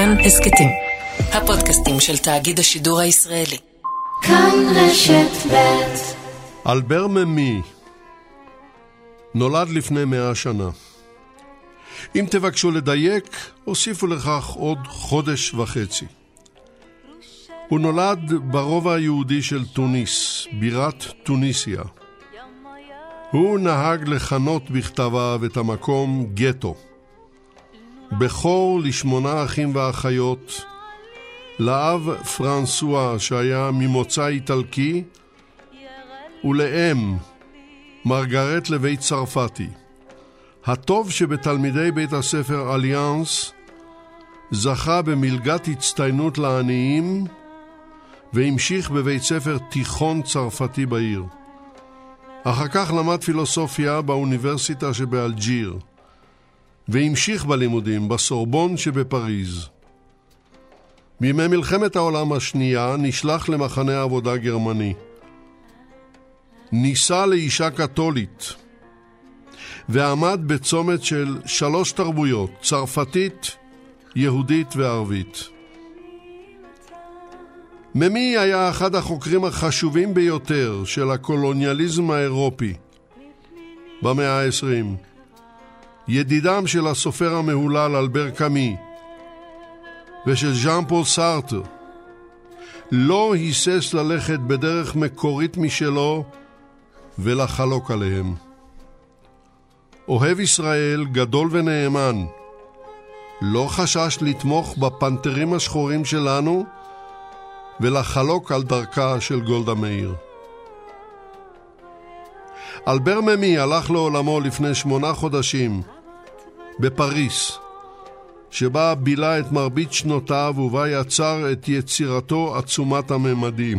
כאן הסקטים, הפודקאסטים של תאגיד השידור הישראלי. כאן רשת ב'. אלבר ממי נולד לפני 100 שנה. אם תבקשו לדייק, הוסיפו לכך עוד חודש וחצי. הוא נולד ברובע היהודי של תוניס, בירת טוניסיה. הוא נהג לכנות בכתביו את המקום גטו. בכור ל8 אחים ואחיות, לאב פרנסואה שהיה ממוצא איטלקי, ולאם מרגרט לבית צרפתי. הטוב שבתלמידי בית הספר אליאנס זכה במלגת הצטיינות לעניים, והמשיך בבית ספר תיכון צרפתי בעיר. אחר כך למד פילוסופיה באוניברסיטה שבאלג'יר, והמשיך בלימודים בסורבון שבפריז. בימי מלחמת העולם השנייה נשלח למחנה עבודה גרמני. נישא לאישה קתולית, ועמד בצומת של 3 תרבויות, צרפתית, יהודית וערבית. ממי היה אחד החוקרים החשובים ביותר של הקולוניאליזם האירופי במאה ה-20. ידידם של הסופר המהולל אלבר קאמי ושל ז'אן פול סארטר. לא היסס ללכת בדרך מקורית משלו ולחלוק עליהם. אוהב ישראל גדול ונאמן, לא חשש לתמוך בפנתרים השחורים שלנו ולחלוק על דרכה של גולדה מאיר. אלבר ממי הלך לעולמו לפני 8 חודשים בפריס, שבה בילה את מרבית שנותיו ובה יצר את יצירתו עצומת הממדים.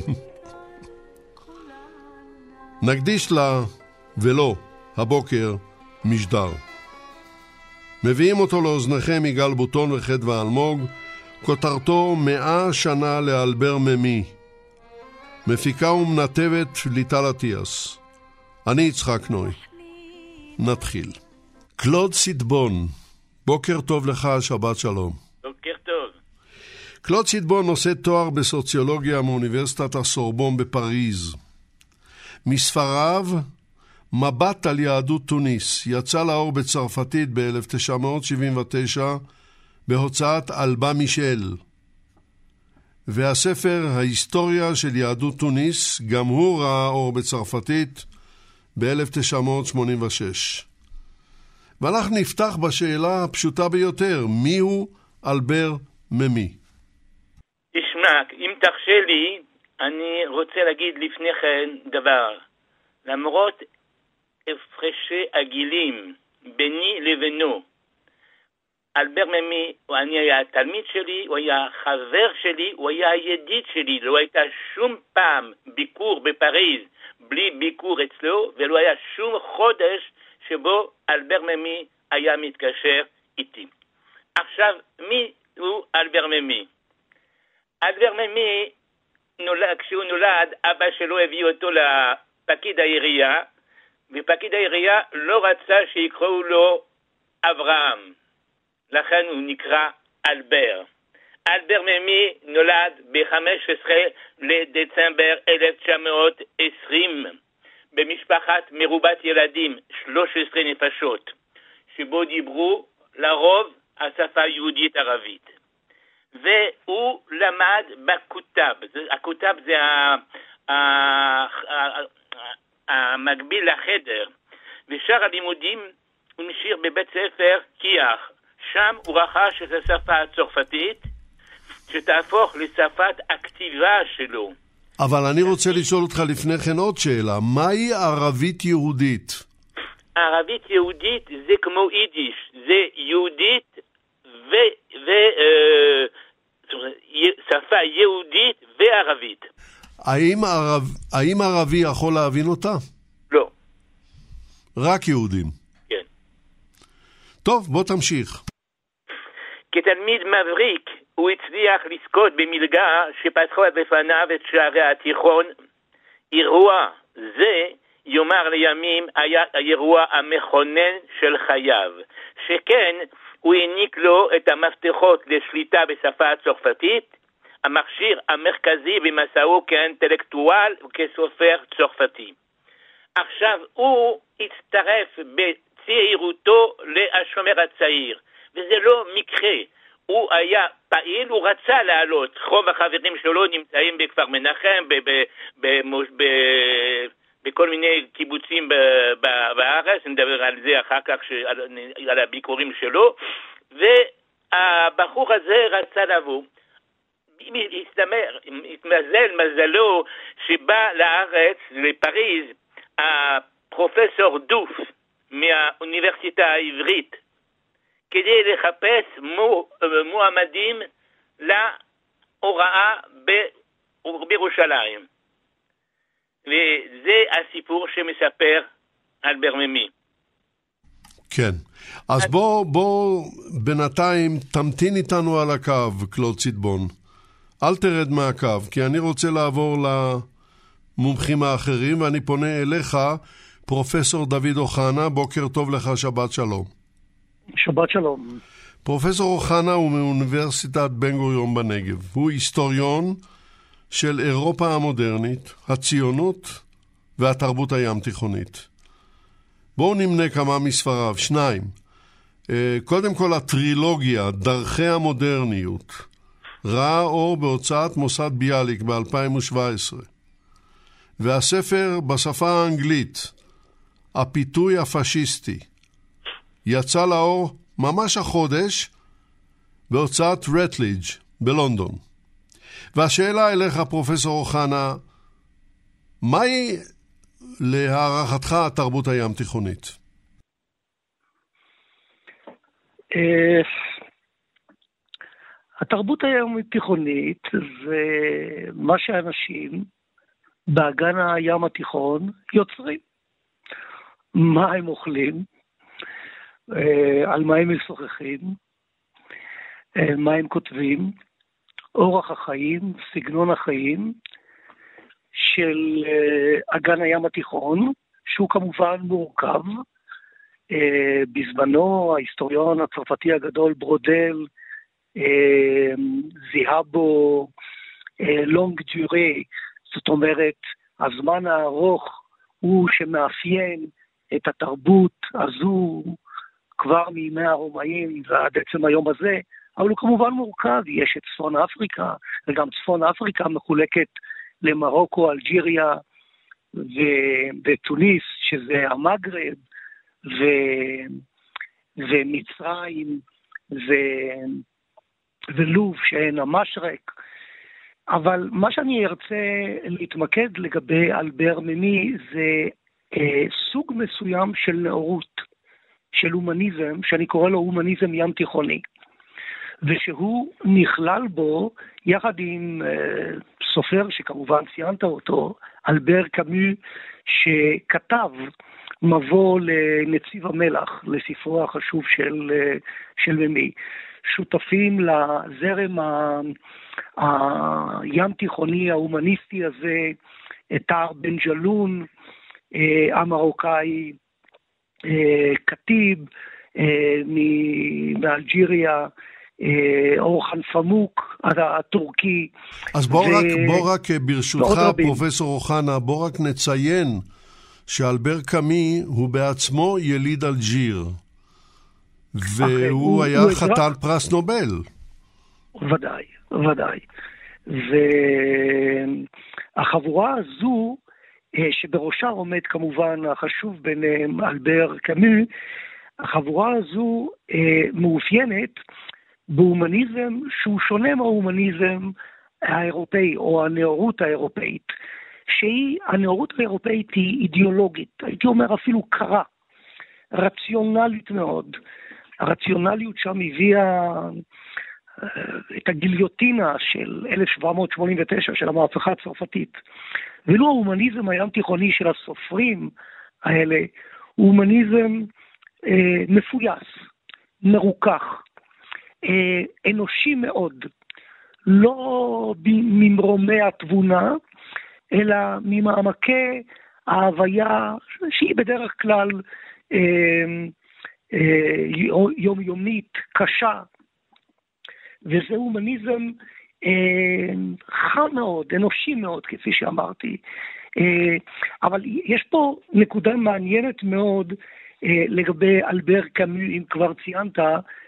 נקדיש לה ולא הבוקר משדר. מביאים אותו לאוזניכם יגאל בוטון וחדווה אלמוג. כותרתו 100 שנה לאלבר ממי. מפיקה ומנתבת ליטל אטיאס. אני יצחק נוי. נתחיל. קלוד סיטבון, בוקר טוב לך, שבת שלום. בוקר טוב. קלוד סיטבון נושא תואר בסוציולוגיה מאוניברסיטת הסורבון בפריז. מספריו מבט על יהדות תוניס יצא לאור בצרפתית ב-1979 בהוצאת אלבה מישל, והספר ההיסטוריה של יהדות תוניס גם הוא ראה אור בצרפתית ב-1986. ואנחנו נפתח בשאלה הפשוטה ביותר, מיהו אלבר ממי? תשמע, אם תרשה לי, אני רוצה להגיד לפני כן דבר. למרות הפרשי הגילים ביני לבינו, אלבר ממי, אני היה התלמיד שלי, הוא היה חבר שלי, הוא היה הידיד שלי. לא הייתה שום פעם ביקור בפריז בלי ביקור אצלו, ולא היה שום חודש שבו אלבר ממי היה מתקשר איתי. עכשיו, מי הוא אלבר ממי? אלבר ממי, כשהוא נולד, אבא שלו הביא אותו לפקיד העירייה, ופקיד העירייה לא רצה שיקראו לו אברהם. לכן הוא נקרא אלבר. אלבר ממי נולד ב-15 לדצמבר 1920 במשפחת מרובת ילדים, 13 נפשות, שבו דיברו לרוב השפה היהודית ערבית. והוא למד בכותב. הכותב זה המקביל לחדר. ושאר הלימודים הוא נשאר בבית ספר קיח. שם הוא רכש את השפה הצרפתית, שתהפוך לשפת הכתיבה שלו. אבל אני רוצה לשאול אותך לפני כן עוד שאלה. מהי ערבית יהודית? ערבית יהודית זה כמו יידיש. זה יהודית שפה יהודית וערבית. האם ערבי יכול להבין אותה? לא. רק יהודים. כן. טוב, בוא תמשיך. כתלמיד מבריק, הוא הצליח לזכות במלגה שפתחו בפניו את שערי התיכון. אירוע זה, יאמר לימים, היה האירוע המכונן של חייו. שכן הוא העניק לו את המפתחות לשליטה בשפה הצרפתית, המכשיר המרכזי במסעו כאינטלקטואל וכסופר צרפתי. עכשיו הוא הצטרף בצעירותו לשומר הצעיר, וזה לא מקרה. הוא היה פעיל, הוא רצה לעלות. רוב החברים שלו נמצאים בכפר מנחם, בכל מיני קיבוצים בארץ, נדבר על זה אחר כך, על הביקורים שלו, והבחור הזה רצה לבוא. התמזל מזלו שבא לארץ, לפריז, הפרופסור דוף מהאוניברסיטה העברית, כדי לחפש מועמדים להוראה בירושלים. וזה הסיפור שמספר אלבר ממי. כן. אז בוא בינתיים תמתין איתנו על הקו, קלוד ציטבון. אל תרד מהקו, כי אני רוצה לעבור למומחים האחרים, ואני פונה אליך, פרופסור דוד אוחנה. בוקר טוב לך, שבת שלום. שבת שלום. פרופסור אוחנה הוא מאוניברסיטת בן גוריון בנגב. הוא היסטוריון של אירופה המודרנית, הציונות והתרבות הים תיכונית. בואו נמנה כמה מספריו, 2. קודם כל הטרילוגיה, דרכי המודרניות, ראה אור בהוצאת מוסד ביאליק ב-2017. והספר בשפה האנגלית, הפיתוי הפשיסטי, יצא לאור ממש החודש בהוצאת רטליג' בלונדון. והשאלה אליך, פרופסור אוחנה, מהי להערכתך התרבות הים תיכונית? התרבות הים תיכונית זה מה שאנשים באגן הים התיכון יוצרים. מה הם אוכלים, על מה הם משוחחים, מה הם כותבים, אורח החיים, סגנון החיים של אגן הים התיכון, שהוא כמובן מורכב. בזמנו ההיסטוריון הצרפתי הגדול ברודל זיהה בו לונג דיורי, זאת אומרת הזמן הארוך הוא שמאפיין את התרבות הזו כבר מימי הרומאים ועד עצם היום הזה, אבל הוא כמובן מורכב. יש את צפון אפריקה, וגם צפון אפריקה מחולקת למרוקו, אלג'יריה וטוניס, שזה המגרב, ומצרים ולוב, שהן המשרק. אבל מה שאני ארצה להתמקד לגבי אלבר ממי זה סוג מסוים של נאורות, של הומניזם, שאני קורא לו הומניזם ים תיכוני, ושהוא נכלל בו יחד עם סופר שכמובן ציינת אותו, אלבר קאמי, שכתב מבוא לנציב המלח, לספרו החשוב של ממי. שותפים לזרם הים תיכוני ההומניסטי הזה, תאר בן ג'לון המרוקאי, כתיב מאלג'יריה, אורחן פמוק הטורקי. אז בוא רק ברשותך פרופסור אוחנה, בוא רק נציין שאלבר קאמי הוא בעצמו יליד אלג'יר, והוא היה חתן פרס נובל. ודאי, ודאי. והחבורה הזו, שבראשה עומד כמובן החשוב ביניהם אלבר קאמי, החבורה הזו מאופיינת בהומניזם שהוא שונה מההומניזם האירופאי או הנאורות האירופאית, הנאורות האירופאית היא אידיאולוגית, הייתי אומר אפילו קרה, רציונלית מאוד. הרציונליות שם הביאה את הגיליוטינה של 1789 של המהפכה הצרפתית. ולא ההומניזם הים תיכוני של הסופרים האלה, הוא הומניזם מפויס, מרוכך, אנושי מאוד, לא ממרומי התבונה, אלא ממעמקי ההוויה שהיא בדרך כלל יומיומית, קשה, וזה הומניזם חם מאוד, אנושי מאוד, כפי שאמרתי. אבל יש פה נקודה מעניינת מאוד לגבי אלבר קאמו, אם כבר ציינת,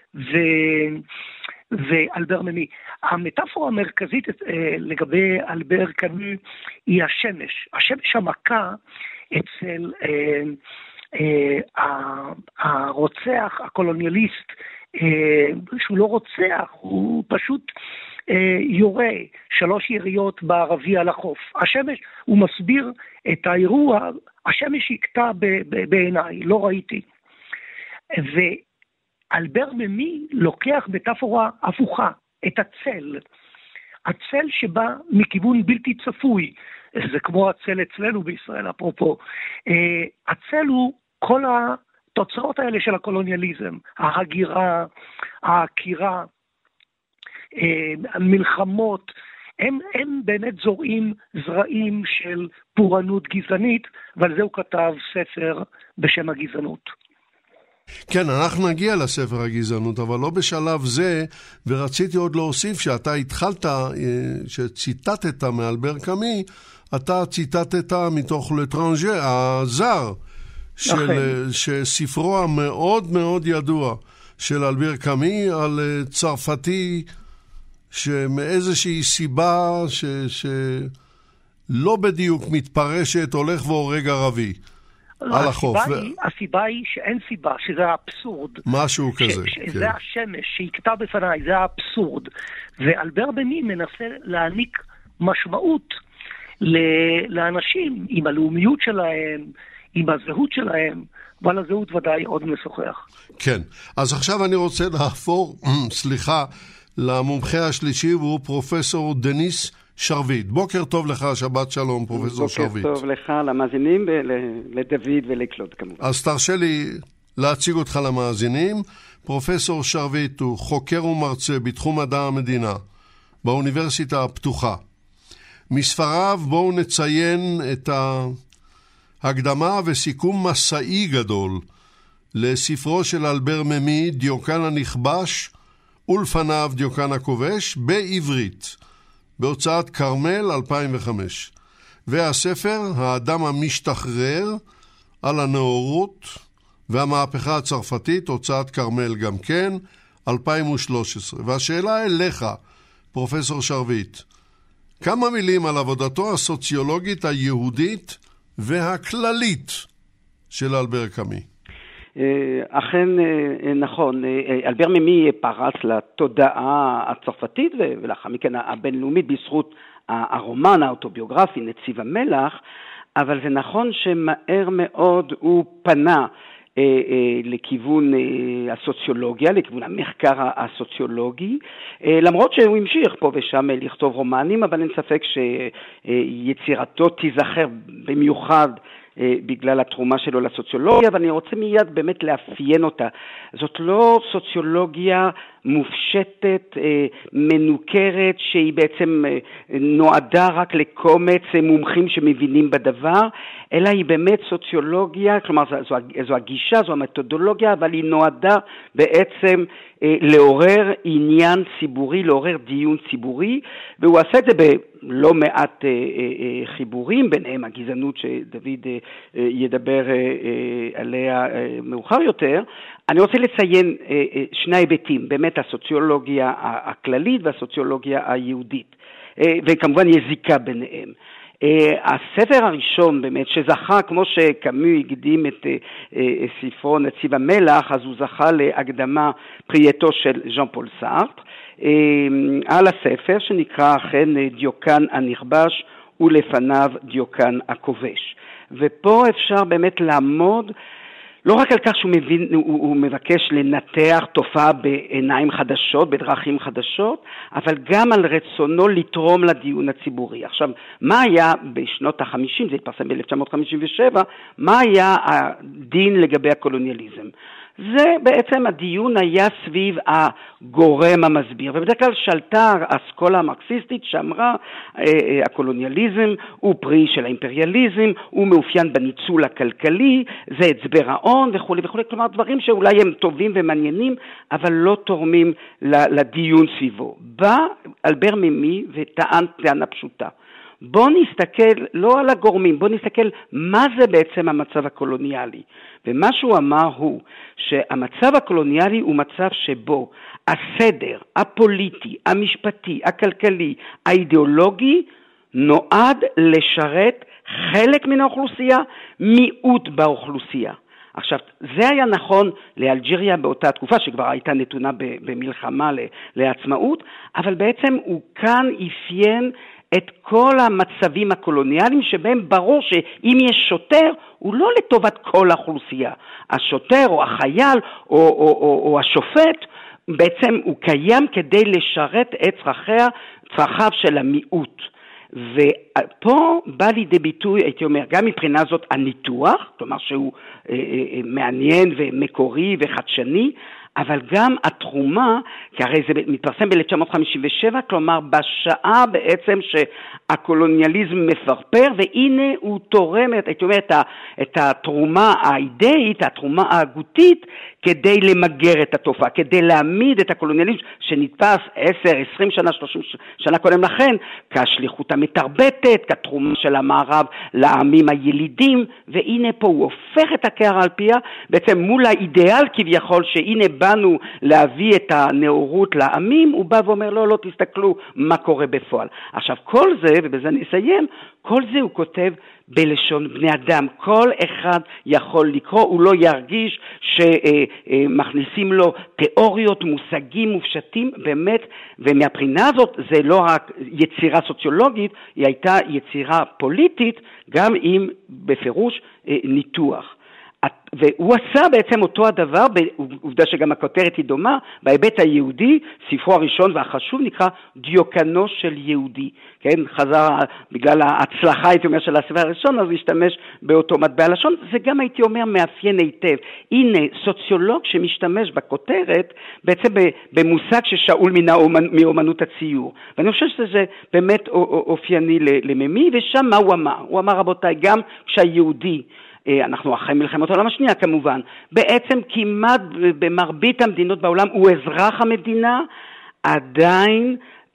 ואלבר ממי. המטאפורה המרכזית לגבי אלבר קאמו היא השמש. השמש המכה אצל הרוצח, הקולוניאליסט, שהוא לא רוצח, הוא פשוט יורה 3 יריות בערבי על החוף. השמש, הוא מסביר את האירוע, השמש יקטע בעיניי, לא ראיתי. ואלבר ממי לוקח מטאפורה הפוכה, את הצל. הצל שבא מכיוון בלתי צפוי, זה כמו הצל אצלנו בישראל, אפרופו. הצל הוא כל התוצאות האלה של הקולוניאליזם, ההגירה, העקירה, המלחמות, הם באמת זורעים זרעים של פורענות גזענית, ועל זה הוא כתב ספר בשם הגזענות. כן, אנחנו נגיע לספר הגזענות, אבל לא בשלב זה, ורציתי עוד להוסיף שאתה התחלת, שציטטת מאלבר קאמו, אתה ציטטת מתוך לטרנז'ה, הזר, שספרו המאוד מאוד ידוע של אלבר קאמו על צרפתי, שמאיזושהי סיבה שלא בדיוק מתפרשת, הולך והורג ערבי על החוף. הסיבה היא שאין סיבה, שזה האבסורד. משהו כזה. שזה השמש שיקטע בפניי, זה האבסורד. ואלבר ממי מנסה להעניק משמעות לאנשים עם הלאומיות שלהם, עם הזהות שלהם, ועל הזהות ודאי עוד משוחח. כן, אז עכשיו אני רוצה לעבור, למומחה השלישי, והוא פרופסור דניס שרביט. בוקר טוב לך, שבת שלום, פרופסור שרביט. בוקר טוב לך, למאזינים, לדוד ולקלוד כמובן. אז תרשה לי להציג אותך למאזינים. פרופסור שרביט הוא חוקר ומרצה בתחום מדע המדינה באוניברסיטה הפתוחה. מספריו בואו נציין את ההקדמה וסיכום מסעי גדול לספרו של אלבר ממי, דיוקן הנכבש, ולפניו דיוקן הכובש, בעברית, בהוצאת קרמל 2005. והספר, האדם המשתחרר, על הנאורות והמהפכה הצרפתית, הוצאת קרמל גם כן, 2013. והשאלה אליך, פרופסור שרביט, כמה מילים על עבודתו הסוציולוגית היהודית והכללית של אלבר קאמו. אכן נכון, אלבר ממי פרץ לתודעה הצרפתית ולאחר מכן הבינלאומית בזכות הרומן האוטוביוגרפי נציב המלח, אבל זה נכון שמהר מאוד הוא פנה לכיוון הסוציולוגיה, לכיוון המחקר הסוציולוגי, למרות שהוא המשיך פה ושם לכתוב רומנים, אבל אין ספק שיצירתו תיזכר במיוחד בגלל התרומה שלו לסוציולוגיה, ואני רוצה מיד באמת לאפיין אותה. זאת לא סוציולוגיה מופשטת, מנוכרת, שהיא בעצם נועדה רק לקומץ מומחים שמבינים בדבר, אלא היא באמת סוציולוגיה, כלומר זו הגישה, זו המתודולוגיה, אבל היא נועדה בעצם לעורר עניין ציבורי, לעורר דיון ציבורי, והוא עשה את זה בלא מעט חיבורים, ביניהם הגזענות שדוד ידבר עליה מאוחר יותר. אני רוצה לציין שני היבטים, באמת הסוציולוגיה הכללית והסוציולוגיה היהודית, וכמובן יש זיקה ביניהם. הספר הראשון באמת שזכה, כמו שקאמו הקדים את ספרו נציב המלח, אז הוא זכה להקדמה פרייתו של ז'אן פול סארטר, על הספר שנקרא אכן דיוקן הנכבש ולפניו דיוקן הכובש. ופה אפשר באמת לעמוד לא רק על כך שהוא מבקש לנתח תופעה בעיניים חדשות, בדרכים חדשות, אבל גם על רצונו לתרום לדיון הציבורי. עכשיו, מה היה בשנות ה-50, זה התפרסם ב-1957, מה היה הדין לגבי הקולוניאליזם? זה בעצם הדיון היה סביב הגורם המסביר, ובדרך כלל שלטה האסכולה המרקסיסטית שאמרה הקולוניאליזם הוא פרי של האימפריאליזם, הוא מאופיין בניצול הכלכלי, זה הצבר ההון וכו' וכו', כלומר דברים שאולי הם טובים ומעניינים, אבל לא תורמים לדיון סביבו. בא אלבר ממי וטען טענה פשוטה. בוא נסתכל לא על הגורמים, בוא נסתכל מה זה בעצם המצב הקולוניאלי. ומה שהוא אמר הוא שהמצב הקולוניאלי הוא מצב שבו הסדר הפוליטי, המשפטי, הכלכלי, האידיאולוגי נועד לשרת חלק מן האוכלוסייה, מיעוט באוכלוסייה. עכשיו, זה היה נכון לאלג'יריה באותה תקופה שכבר הייתה נתונה במלחמה לעצמאות, אבל בעצם הוא כאן אפיין את כל המצבים הקולוניאליים שבהם ברור שאם יש שוטר, הוא לא לטובת כל האוכלוסייה. השוטר או החייל או השופט, בעצם הוא קיים כדי לשרת את צרכיו של המיעוט. ופה בא לידי ביטוי, הייתי אומר, גם מבחינה זאת הניתוח, כלומר שהוא מעניין ומקורי וחדשני, אבל גם התרומה, כי הרי זה מתפרסם ב-1957, כלומר בשעה בעצם שהקולוניאליזם מפרפר, והנה הוא תורם, הייתי אומר, את התרומה האידאית, התרומה ההגותית, כדי למגר את התופעה, כדי להעמיד את הקולוניאליזם שנתפס 10, 20 שנה, 30 שנה קודם לכן, כשליחות המתרבטת, כתרומה של המערב לעמים הילידים, והנה פה הוא הופך את הקערה על פיה, בעצם מול האידאל כביכול, שהנה באנו להביא את הנאורות לעמים, הוא בא ואומר, לא, תסתכלו מה קורה בפועל. עכשיו, כל זה, ובזה אני אסיים, כל זה הוא כותב בלשון בני אדם. כל אחד יכול לקרוא, הוא לא ירגיש שמכניסים לו תיאוריות, מושגים מופשטים, באמת, ומהבחינה הזאת זה לא רק יצירה סוציולוגית, היא הייתה יצירה פוליטית, גם עם בפירוש ניתוח. והוא עשה בעצם אותו הדבר, בעובדה שגם הכותרת היא דומה, בהיבט היהודי, ספרו הראשון והחשוב נקרא דיוקנו של יהודי. כן, חזר בגלל ההצלחה, הייתי אומר, של הספר הראשון, אז להשתמש באותו מטבע לשון, זה גם הייתי אומר מאפיין היטב. הנה, סוציולוג שמשתמש בכותרת, בעצם במושג ששאול מאומנות הציור. ואני חושב שזה באמת אופייני לממי, ושם מה הוא אמר? הוא אמר, רבותיי, גם כשהיהודי, אנחנו אחרי מלחמת העולם השנייה כמובן, בעצם כמעט במרבית המדינות בעולם הוא אזרח המדינה, עדיין,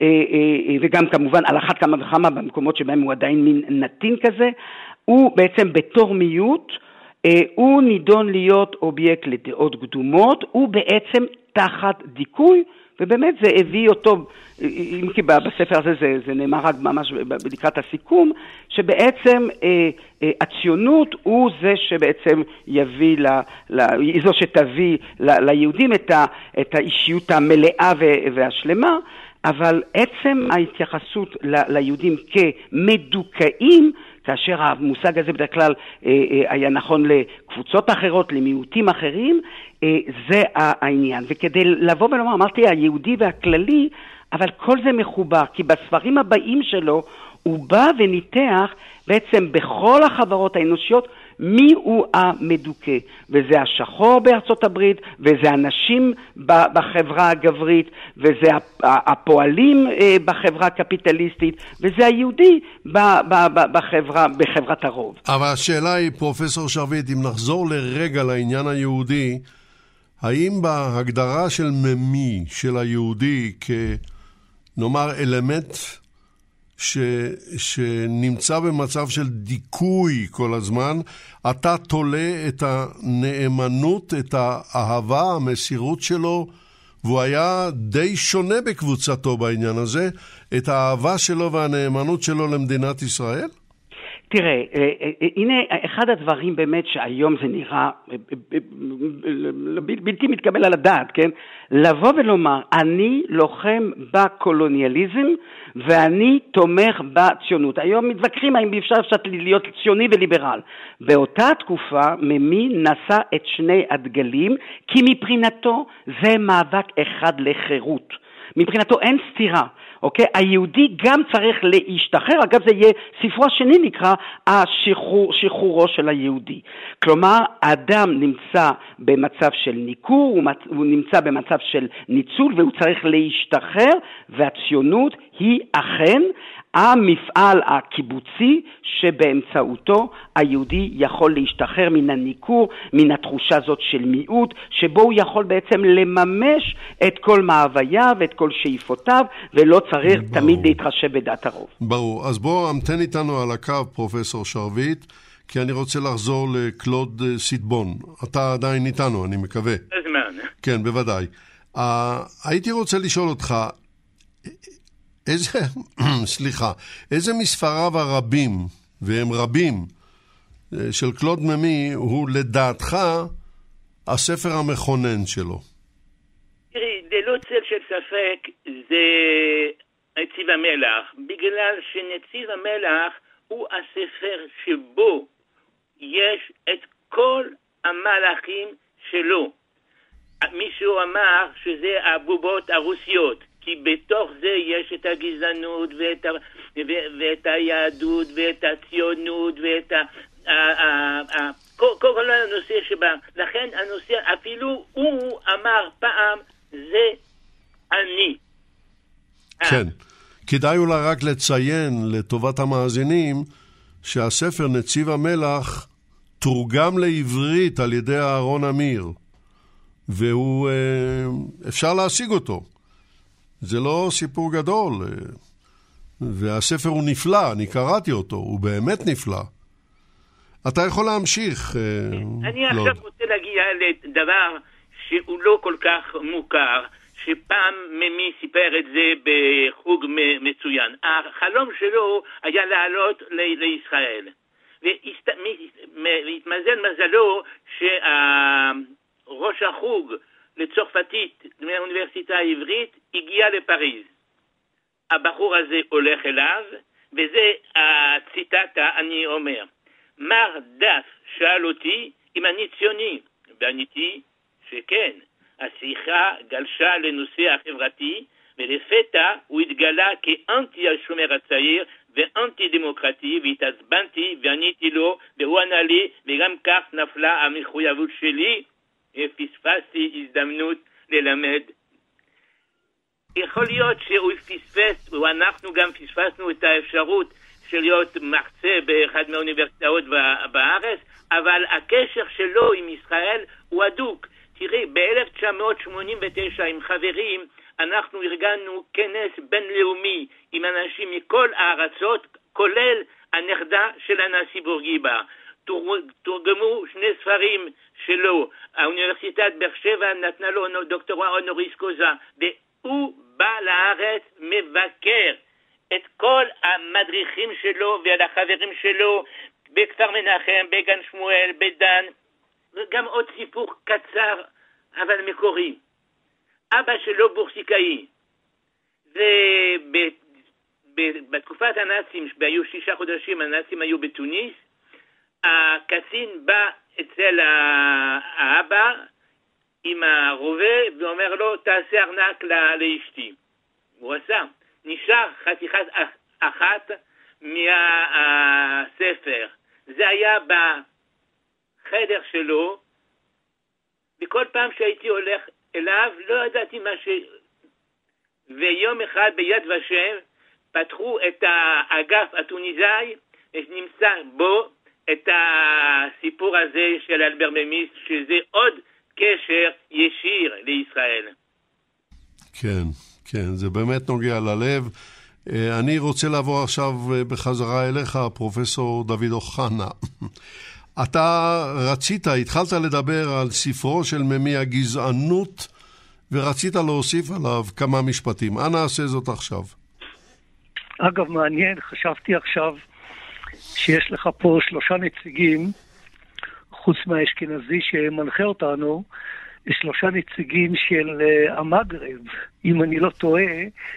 וגם כמובן על אחת כמה וכמה במקומות שבהם הוא עדיין מין נתין כזה, הוא בעצם בתור מיעוט, הוא נידון להיות אובייקט לדעות קדומות, הוא בעצם תחת דיכוי, ובאמת זה הביא אותו, אם כי בספר הזה זה נאמר רק ממש לקראת הסיכום, שבעצם הציונות הוא זה שבעצם יביא, היא זו שתביא ליהודים את האישיות המלאה והשלמה, אבל עצם ההתייחסות ליהודים כמדוכאים, כאשר המושג הזה בדרך כלל היה נכון לקבוצות אחרות, למיעוטים אחרים, זה העניין. וכדי לבוא ולומר, אמרתי, היהודי והכללי, אבל כל זה מחובר, כי בספרים הבאים שלו הוא בא וניתח בעצם בכל החברות האנושיות מי הוא המדוכא, וזה השחור בארצות הברית, וזה הנשים בחברה הגברית, וזה הפועלים בחברה הקפיטליסטית, וזה היהודי בחברת הרוב. אבל השאלה היא, פרופסור שרביט, אם נחזור לרגע לעניין היהודי, האם בהגדרה של ממי של היהודי כנאמר אלמנט שנמצא במצב של דיכוי כל הזמן, אתה תולה את הנאמנות, את האהבה, המסירות שלו, והוא היה די שונה בקבוצתו בעניין הזה, את האהבה שלו והנאמנות שלו למדינת ישראל? תראה, הנה אחד הדברים באמת שהיום זה נראה בלתי מתקבל על הדעת, כן? לבוא ולומר, אני לוחם בקולוניאליזם ואני תומך בציונות. היום מתווכחים האם אפשר להיות ציוני וליברל. באותה תקופה ממי נשא את שני הדגלים, כי מבחינתו זה מאבק אחד לחירות. מבחינתו אין סתירה. אוקיי? היהודי גם צריך להשתחרר, אגב זה יהיה, ספרו השני נקרא שחרורו של היהודי. כלומר, האדם נמצא במצב של ניכור, הוא נמצא במצב של ניצול, והוא צריך להשתחרר, והציונות היא אכן המפעל הקיבוצי שבאמצעותו היהודי יכול להשתחרר מן הניכור, מן התחושה הזאת של מיעוט, שבו הוא יכול בעצם לממש את כל מאווייו ואת כל שאיפותיו, ולא צריך תמיד להתחשב בדעת הרוב. ברור. אז בוא המתן איתנו על הקו פרופסור שרביט, כי אני רוצה לחזור לקלוד סיטבון. אתה עדיין איתנו, אני מקווה. הזמן. כן, בוודאי. הייתי רוצה לשאול אותך, איזה מספריו הרבים, והם רבים, של קלוד ממי הוא לדעתך הספר המכונן שלו? תראי, ללא צל של ספק זה נציב המלח, בגלל שנציב המלח הוא הספר שבו יש את כל המלאכים שלו. מישהו אמר שזה הבובות הרוסיות, כי בתוך זה יש את הגזענות ואת היהדות ואת הציונות ואת כל הנושא שבה. לכן הנושא, אפילו הוא אמר פעם, זה אני. כן. כדאי אולי רק לציין לטובת המאזינים שהספר נציב המלח תורגם לעברית על ידי אהרון אמיר, והוא אפשר להשיג אותו. זה לא סיפור גדול, והספר הוא נפלא, אני קראתי אותו, הוא באמת נפלא. אתה יכול להמשיך. אני עכשיו רוצה להגיע לדבר שהוא לא כל כך מוכר, שפעם ממי סיפר את זה בחוג מצוין. החלום שלו היה לעלות לישראל, והתמזל מזלו שראש החוג לצרפתית מהאוניברסיטה העברית הגיע לפריז. הבחור הזה הולך אליו, וזה הציטטה, אני אומר, מר דף שאל אותי אם אני ציוני, ועניתי שכן. השיחה גלשה לנושא החברתי, ולפתע הוא התגלה כאנטי השומר הצעיר ואנטי דמוקרטי, והתעצבנתי ועניתי לו, והוא ענה לי, וגם כך נפלה המחויבות שלי, ופספסתי הזדמנות ללמד. יכול להיות שהוא פספס, ואנחנו גם פספסנו את האפשרות של להיות מרצה באחד מהאוניברסיטאות בארץ, אבל הקשר שלו עם ישראל הוא הדוק. תראי, ב-1989 עם חברים אנחנו ארגנו כנס בינלאומי עם אנשים מכל הארצות, כולל הנכדה של הנשיא בורגיבה. תורגמו 2 ספרים שלו, האוניברסיטת באר שבע נתנה לו דוקטורט אונוריס קוזה, והוא בא לארץ, מבקר את כל המדריכים שלו והחברים שלו בכפר מנחם, בגן שמואל, בדן. וגם עוד סיפור קצר אבל מקורי. אבא שלו בורסיקאי, ובתקופת הנאצים, שהיו 6 חודשים, הנאצים היו בתוניס, הקצין בא אצל האבא עם הרובה ואומר לו, תעשה ארנק לאשתי. הוא עשה. נשאר חתיכת אחת מהספר. זה היה בחדר שלו, וכל פעם שהייתי הולך אליו לא ידעתי מה ויום אחד ביד ושם פתחו את האגף הטוניסאי, נמצא בו את הסיפור הזה של אלבר ממיס, שזה עוד קשר ישיר לישראל. כן, כן, זה באמת נוגע ללב. אני רוצה לעבור עכשיו בחזרה אליך, פרופסור דוד אוחנה. אתה התחלת לדבר על ספרו של ממי הגזענות, ורצית להוסיף עליו כמה משפטים. אנא עשה זאת עכשיו. אגב, מעניין, חשבתי עכשיו שיש לך פה 3 נציגים, חוץ מהאשכנזי שמנחה אותנו, 3 נציגים של המגרב, אם אני לא טועה,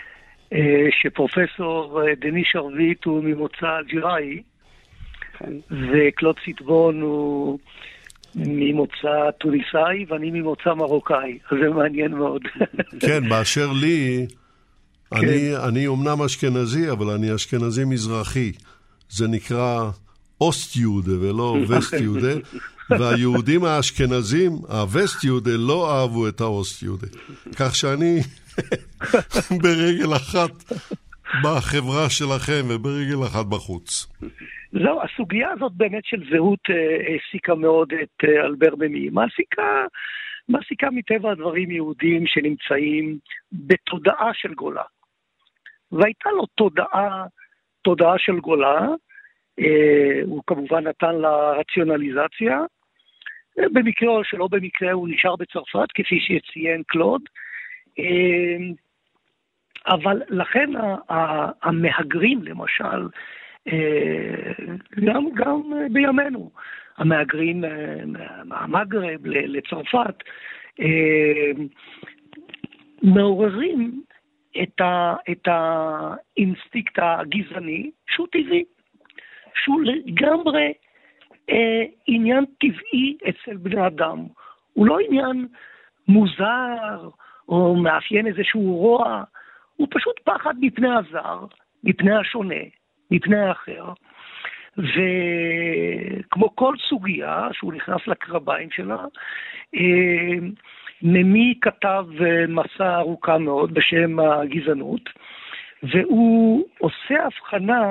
שפרופסור דני שרביט הוא ממוצא אלג'יראי, וקלוד סיטבון הוא ממוצא טוניסאי, ואני ממוצא מרוקאי, אז זה מעניין מאוד. כן, באשר לי, אני אומנם אשכנזי, אבל אני אשכנזי מזרחי. זה נקרא אוסט יהודה ולא וסט יהודה, והיהודים האשכנזים, הווסט יהודה, לא אהבו את האוסט יהודה. כך שאני ברגל אחת בחברה שלכם וברגל אחת בחוץ. זהו, הסוגיה הזאת באמת של זהות העסיקה מאוד את אלבר ממי. מעסיקה מטבע הדברים יהודים שנמצאים בתודעה של גולה. והייתה לו תודעה של גולה, הוא כמובן נתן לה רציונליזציה, במקרה או שלא במקרה הוא נשאר בצרפת, כפי שציין קלוד, אבל לכן המהגרים למשל, גם בימינו, המהגרים מהמגרב לצרפת, מעוררים את האינסטינקט הגזעני, שהוא טבעי, שהוא לגמרי עניין טבעי אצל בני אדם. הוא לא עניין מוזר או מאפיין איזשהו רוע, הוא פשוט פחד מפני הזר, מפני השונה, מפני האחר. וכמו כל סוגיה שהוא נכנס לקרביים שלה, ממי כתב מסע ארוכה מאוד בשם הגזענות, והוא עושה הבחנה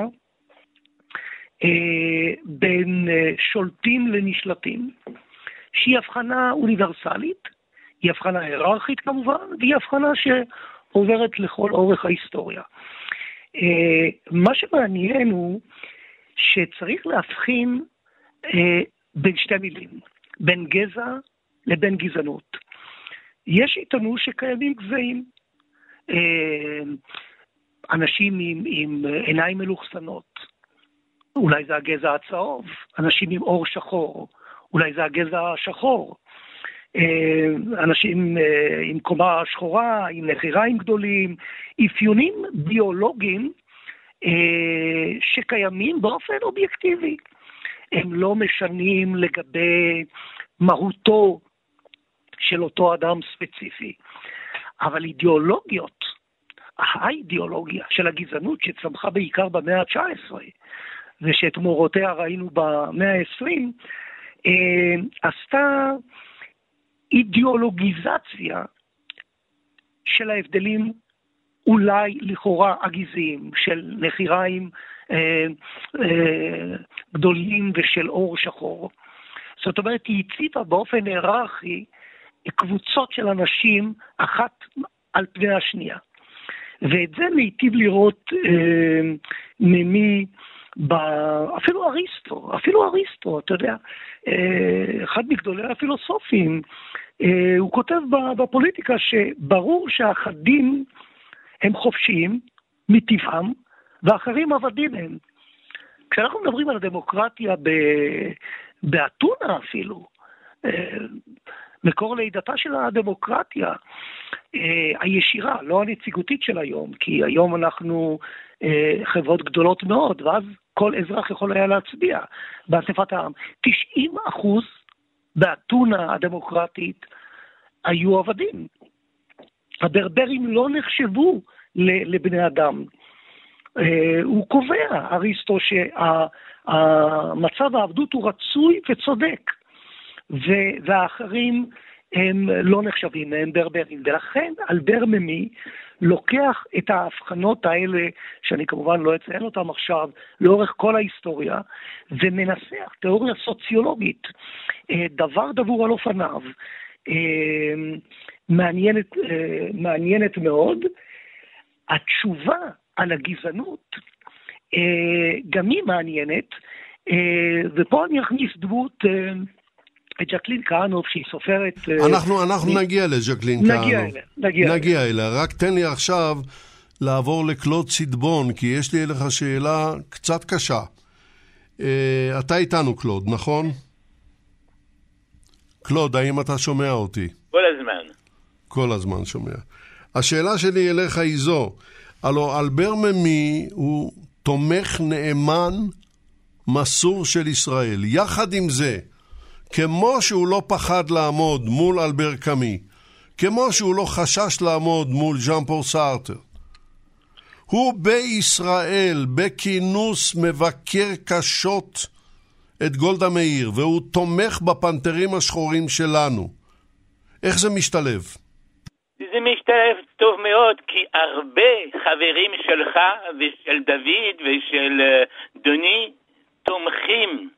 בין שולטים לנשלטים, שהיא הבחנה אוניברסלית, היא הבחנה היררכית כמובן, והיא הבחנה שעוברת לכל אורך ההיסטוריה. מה שמעניין הוא שצריך להבחין בין שתי מילים, בין גזע לבין גזענות. יש איתנו שקיימים גזעים, אנשים עם עיניים מלוכסנות, אולי זה הגזע הצהוב, אנשים עם אור שחור, אולי זה הגזע השחור, אנשים עם קומה שחורה, עם נחיריים גדולים, אפיונים ביולוגיים שקיימים באופן אובייקטיבי. הם לא משנים לגבי מהותו של אותו אדם ספציפי. אבל אידיאולוגיות, האידיאולוגיה של הגזענות שצמחה בעיקר במאה ה-19, ושאת מורותיה ראינו במאה ה-20, עשתה אידיאולוגיזציה של ההבדלים אולי לכאורה הגזעיים, של נחיריים גדולים ושל אור שחור. זאת אומרת, היא הציבה באופן היררכי קבוצות של אנשים אחת על פני השנייה. ואת זה מיטיב לראות ממי, אפילו אריסטו, אתה יודע, אחד מגדולי הפילוסופים, הוא כותב בפוליטיקה שברור שהאחדים הם חופשיים מטבעם, ואחרים עבדים הם. כשאנחנו מדברים על הדמוקרטיה באתונה אפילו, מקור לידתה של הדמוקרטיה, הישירה, לא הנציגותית של היום, כי היום אנחנו חברות גדולות מאוד, ואז כל אזרח יכול היה להצביע באספת העם. 90% באתונה הדמוקרטית היו עבדים. הברברים לא נחשבו לבני אדם. הוא קובע, אריסטו, שהמצב העבדות הוא רצוי וצודק, והאחרים הם לא נחשבים, הם ברברים. ולכן אלבר ממי לוקח את ההבחנות האלה, שאני כמובן לא אציין אותם עכשיו, לאורך כל ההיסטוריה, ומנסח תיאוריה סוציולוגית, דבר דבור על אופניו, מעניינת מאוד. התשובה על הגזענות גם היא מעניינת, ופה אני אכניס דמות את ז'קלין כהנוב, שהיא סופרת... אנחנו נגיע לז'קלין כהנוב. נגיע אליה. רק תן לי עכשיו לעבור לקלוד צידבון, כי יש לי אליך שאלה קצת קשה. אתה איתנו, קלוד, נכון? קלוד, האם אתה שומע אותי? כל הזמן. כל הזמן שומע. השאלה שלי אליך היא זו, הלו אלבר ממי הוא תומך נאמן מסור של ישראל. יחד עם זה, כמו שהוא לא פחד לעמוד מול אלבר קאמי, כמו שהוא לא חשש לעמוד מול ז'אן פול סארטר, הוא בישראל, בכינוס מבקר קשות את גולדה מאיר, והוא תומך בפנתרים השחורים שלנו. איך זה משתלב? זה משתלב טוב מאוד, כי הרבה חברים שלך ושל דוד ושל דוני תומכים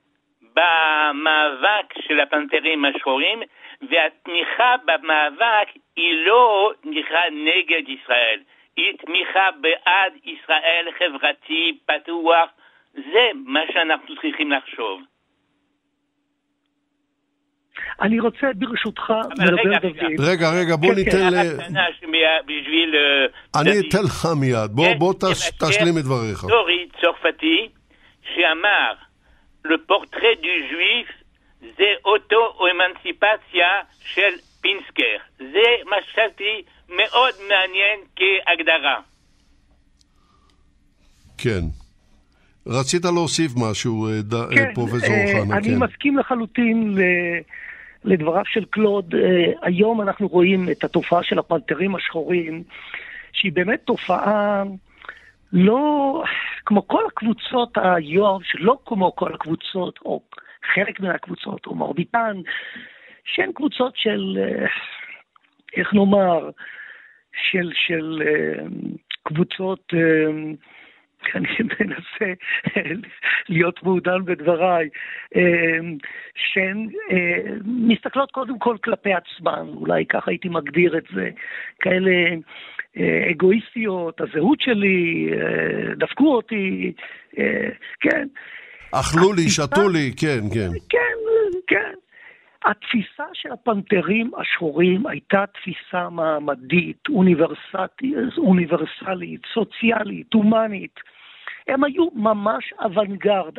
במאבק של הפנתרים השחורים, והתמיכה במאבק היא לא תמיכה נגד ישראל, היא תמיכה בעד ישראל חברתי פתוח. זה מה שאנחנו צריכים לחשוב. אני רוצה ברשותך לדבר דוד. רגע, בוא ניתן אני אתן לך מיד, בוא תשלים את דבריך. היסטורי צרפתי שאמר, לפורטרט דו ז'ואיף זה אוטו-אמנסיפציה של פינסקר. זה מה שחשבתי מאוד מעניין כהגדרה. כן. רצית להוסיף משהו, פרופסור אוחנה? אני מסכים לחלוטין לדבריו של קלוד. היום אנחנו רואים את התופעה של הפנתרים השחורים, שהיא באמת תופעה לא כמו כל הקבוצות היום, שלא כמו כל הקבוצות, או חלק מן הקבוצות, או מרביתן, שהן קבוצות של, איך נאמר, של קבוצות, אני מנסה להיות מעודן בדבריי, שהן מסתכלות קודם כל כלפי עצמן, אולי ככה הייתי מגדיר את זה, כאלה אגואיסטיות, הזהות שלי, דפקו אותי, כן. אכלו לי, שתו לי, כן. כן. התפיסה של הפנתרים השחורים הייתה תפיסה מעמדית, אוניברסלית, סוציאלית, הומנית. הם היו ממש אוונגרד,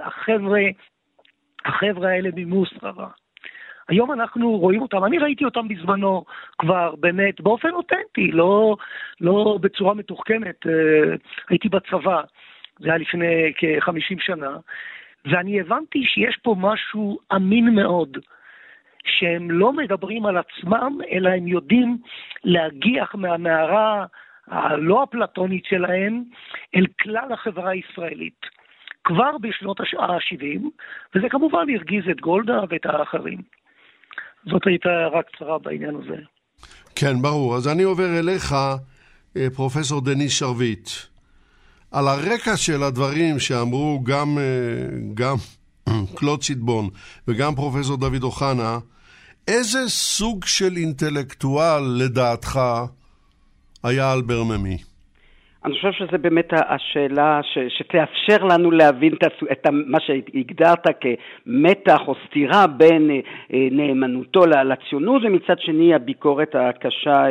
החבר'ה האלה ממוסררה. היום אנחנו רואים אותם, אני ראיתי אותם בזמנו כבר באמת באופן אותנטי, לא בצורה מתוחכמת. הייתי בצבא, זה היה לפני כ-50 שנה, ואני הבנתי שיש פה משהו אמין מאוד, שהם לא מדברים על עצמם, אלא הם יודעים להגיח מהמערה הלא אפלטונית שלהם אל כלל החברה הישראלית. כבר בשנות ה-70, וזה כמובן הרגיז את גולדה ואת האחרים. זאת הייתה רק קצרה בעניין הזה. כן, ברור. אז אני עובר אליך, פרופסור דניס שרביט. על הרקע של הדברים שאמרו גם קלוד ציטבון וגם פרופסור דוד אוחנה, איזה סוג של אינטלקטואל לדעתך היה אלבר ממי? אני חושב שזה באמת השאלה שתאפשר לנו להבין את מה שהגדרת כמתח או סתירה בין נאמנותו לציונות, ומצד שני הביקורת הקשה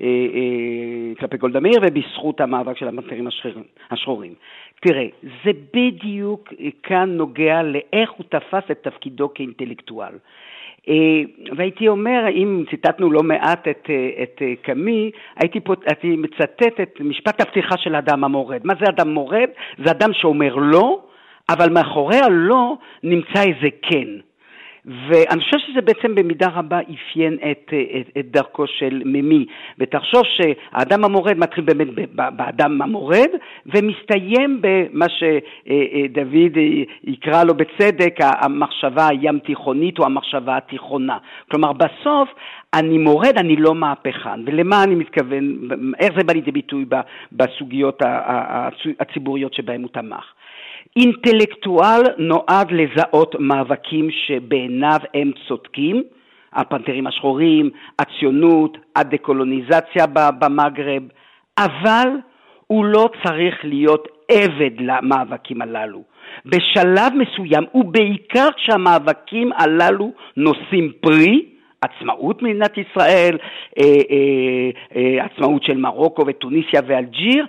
כלפי גולדה מאיר ובזכות המאבק של הפנתרים השחורים. תראה, זה בדיוק כאן נוגע לאיך הוא תפס את תפקידו כאינטלקטואל. והייתי אומר, אם ציטטנו לא מעט את קאמי, הייתי מצטט את משפט הפתיחה של אדם המורד. מה זה אדם מורד? זה אדם שאומר לא, אבל מאחורי הלא נמצא איזה כן. ואני חושב שזה בעצם במידה רבה אפיין את דרכו של ממי. ותחשוב שהאדם המורד מתחיל באמת באדם המורד, ומסתיים במה שדוד יקרא לו בצדק, המחשבה הים תיכונית או המחשבה התיכונה. כלומר, בסוף אני מורד, אני לא מהפכן. ולמה אני מתכוון, איך זה בא לידי ביטוי בסוגיות הציבוריות שבהם הוא תמך. אינטלקטואל נועד לזהות מאבקים שבעיניו הם צודקים, הפנתרים השחורים, הציונות, הדקולוניזציה במגרב, אבל הוא לא צריך להיות עבד למאבקים הללו. בשלב מסוים, ובעיקר כשהמאבקים הללו נושאים פרי, עצמאות מדינת ישראל, עצמאות של מרוקו וטוניסיה ואלג'יר,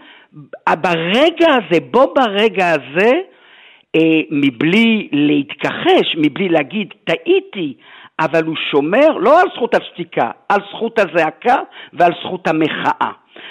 ברגע הזה, מבלי להתכחש, מבלי להגיד טעיתי, אבל הוא שומר לא על זכות השתיקה, על זכות הזעקה ועל זכות המחאה.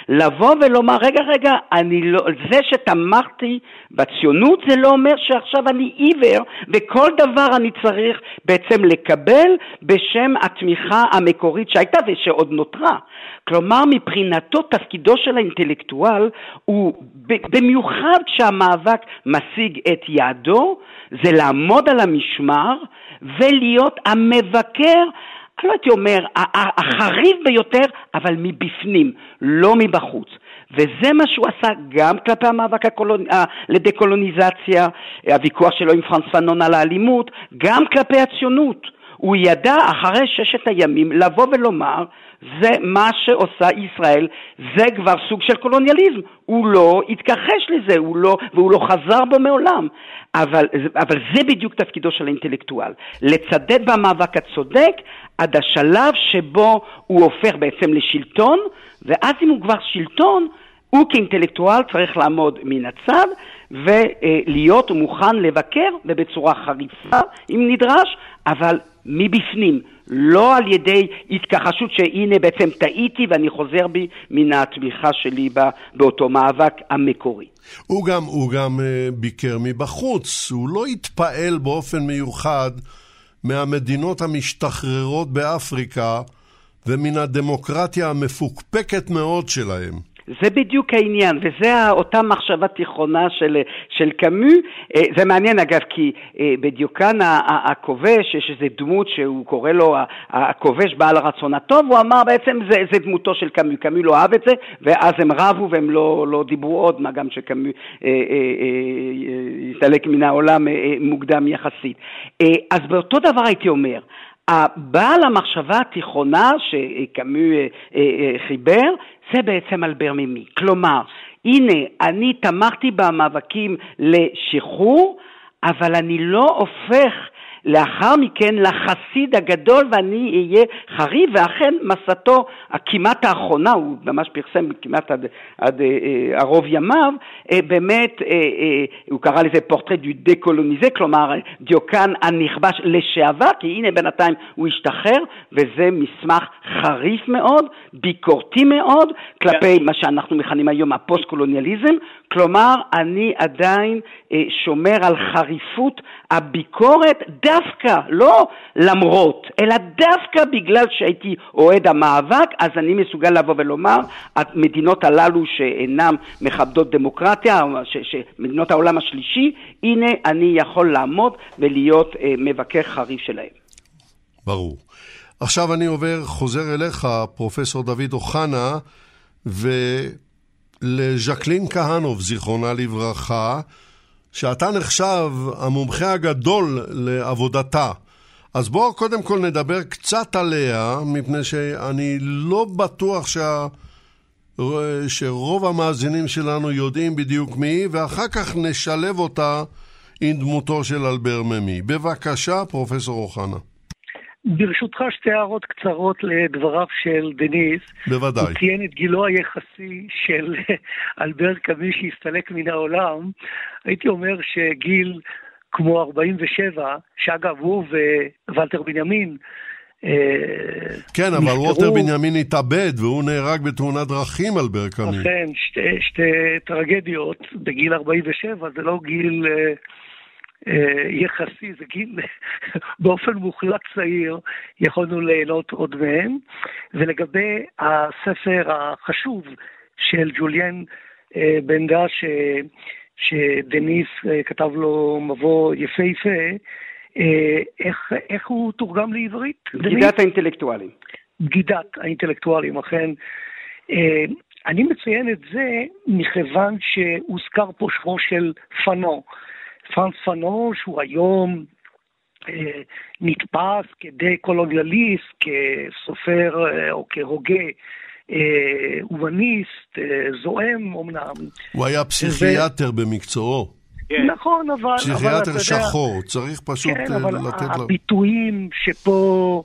לבוא ולומר, רגע, זה שתמכתי בציונות, זה לא אומר שעכשיו אני עיוור, וכל דבר אני צריך בעצם לקבל בשם התמיכה המקורית שהייתה ושעוד נותרה. כלומר, מבחינתו תפקידו של האינטלקטואל הוא, במיוחד כשהמאבק משיג את יעדו, זה לעמוד על המשמר ולהיות המבקר, אני לא הייתי אומר, החריף ביותר, אבל מבפנים, לא מבחוץ. וזה מה שהוא עשה גם כלפי המאבק לדקולוניזציה, הוויכוח שלו עם פרנס פנון על האלימות, גם כלפי הציונות. הוא ידע אחרי 6 הימים לבוא ולומר, זה מה שעושה ישראל, זה כבר סוג של קולוניאליזם. הוא לא התכחש לזה, והוא לא חזר בו מעולם. אבל זה בדיוק תפקידו של האינטלקטואל. לצדד במאבק הצודק עד השלב שבו הוא הופך בעצם לשלטון, ואז אם הוא כבר שלטון, הוא כאינטלקטואל צריך לעמוד מן הצד ולהיות מוכן לבקר ובצורה חריפה אם נדרש, אבל מבפנים, לא על ידי התכחשות שהנה בעצם טעיתי ואני חוזר בי מן התמיכה שלי באותו מאבק המקורי. הוא גם ביקר מבחוץ, הוא לא התפעל באופן מיוחד מהמדינות המשתחררות באפריקה ומן הדמוקרטיה המפוקפקת מאוד שלהם. זה בדיוק העניין, וזה אותה מחשבה תיכונה של קאמו. זה מעניין אגב, כי בדיוקן הכובש, יש איזו דמות שהוא קורא לו הכובש בעל הרצון הטוב, הוא אמר בעצם זה דמותו של קאמו, קאמו לא אהב את זה, ואז הם רבו והם לא דיברו עוד, מה גם שקאמו יסתלק מן העולם מוקדם יחסית. אז באותו דבר הייתי אומר, הבעל המחשבה התיכונה שקאמו חיבר, זה בעצם אלבר מימי. כלומר, הנה, אני תמכתי במאבקים לשחרור, אבל אני לא הופך לאחר מכן לחסיד הגדול ואני אהיה חריף, ואכן מסתו הכמעט האחרונה, הוא ממש פרסם כמעט עד הרוב ימיו, באמת הוא קרא לזה פורטרט דו דקולוניזה, כלומר דיוקן הנכבש לשעבר, כי הנה בינתיים הוא השתחרר, וזה מסמך חריף מאוד, ביקורתי מאוד, כלפי מה שאנחנו מכנים היום הפוסט-קולוניאליזם, כלומר אני עדיין שומר על חריפות הביקורת דווקא, לא למרות, אלא דווקא בגלל שהייתי אוהד המאבק, אז אני מסוגל לבוא ולומר, המדינות הללו שאינם מכבדות דמוקרטיה, שמדינות העולם השלישי, הנה אני יכול לעמוד ולהיות מבקר חריף שלהם. ברור. עכשיו אני חוזר אליך, פרופסור דוד אוחנה, ולז'קלין כהנוב, זיכרונה לברכה, שאתה נחשב המומחה הגדול לעבודתה. אז בואו קודם כל נדבר קצת עליה, מפני שאני לא בטוח שרוב המאזינים שלנו יודעים בדיוק מי, ואחר כך נשלב אותה עם דמותו של אלבר מימי. בבקשה, פרופסור אוחנה. ברשותך 2 הערות קצרות לדבריו של דניס. בוודאי. הוא ציין את גילו היחסי של אלבר קאמו שהסתלק מן העולם. הייתי אומר שגיל כמו 47, שאגב הוא ווולטר בנימין כן, אבל וולטר בנימין התאבד והוא נהרג בתאונת דרכים, אלבר קאמו. אכן, שתי טרגדיות בגיל 47, זה לא גיל יחסי, זה גיל באופן מוחלט צעיר, יכולנו ליהנות עוד מהם. ולגבי הספר החשוב של ג'וליאן בנדה שדניס כתב לו מבוא יפהפה, איך הוא תורגם לעברית? בגידת האינטלקטואלים. בגידת האינטלקטואלים, אכן. אני מציין את זה מכיוון שהוזכר פה שמו של פאנו. פרנס פאנו, שהוא היום נתפס כדי-קולוניאליסט, כסופר או כהוגה, הומניסט, זועם אמנם. הוא היה פסיכיאטר במקצועו. נכון, אבל... פסיכיאטר שחור, צריך פשוט לתת לו... הביטויים שפה,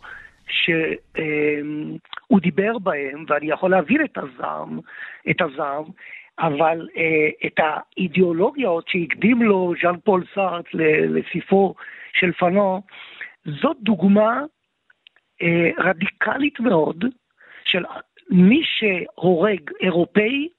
שהוא דיבר בהם, ואני יכול להבין את הזעם, אבל את האידיאולוגיות שהקדים לו ז'אן פול סארט לספרו של פאנו, זאת דוגמה רדיקלית מאוד של מי שהורג אירופאי,